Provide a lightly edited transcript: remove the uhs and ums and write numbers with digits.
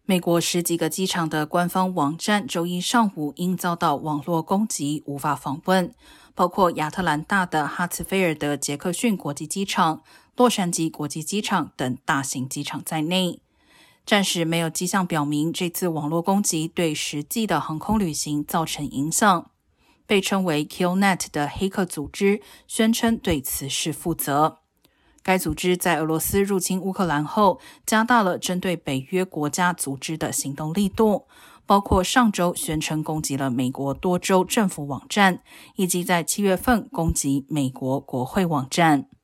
美国10几个机场的官方网站周一上午因遭到网络攻击无法访问，包括亚特兰大的哈茨菲尔德杰克逊国际机场、洛杉矶国际机场等大型机场在内。暂时没有迹象表明这次网络攻击对实际的航空旅行造成影响。被称为 Killnet 的黑客组织宣称对此事负责。该组织在俄罗斯入侵乌克兰后，加大了针对北约国家组织的行动力度，包括上周宣称攻击了美国多州政府网站，以及在7月份攻击美国国会网站。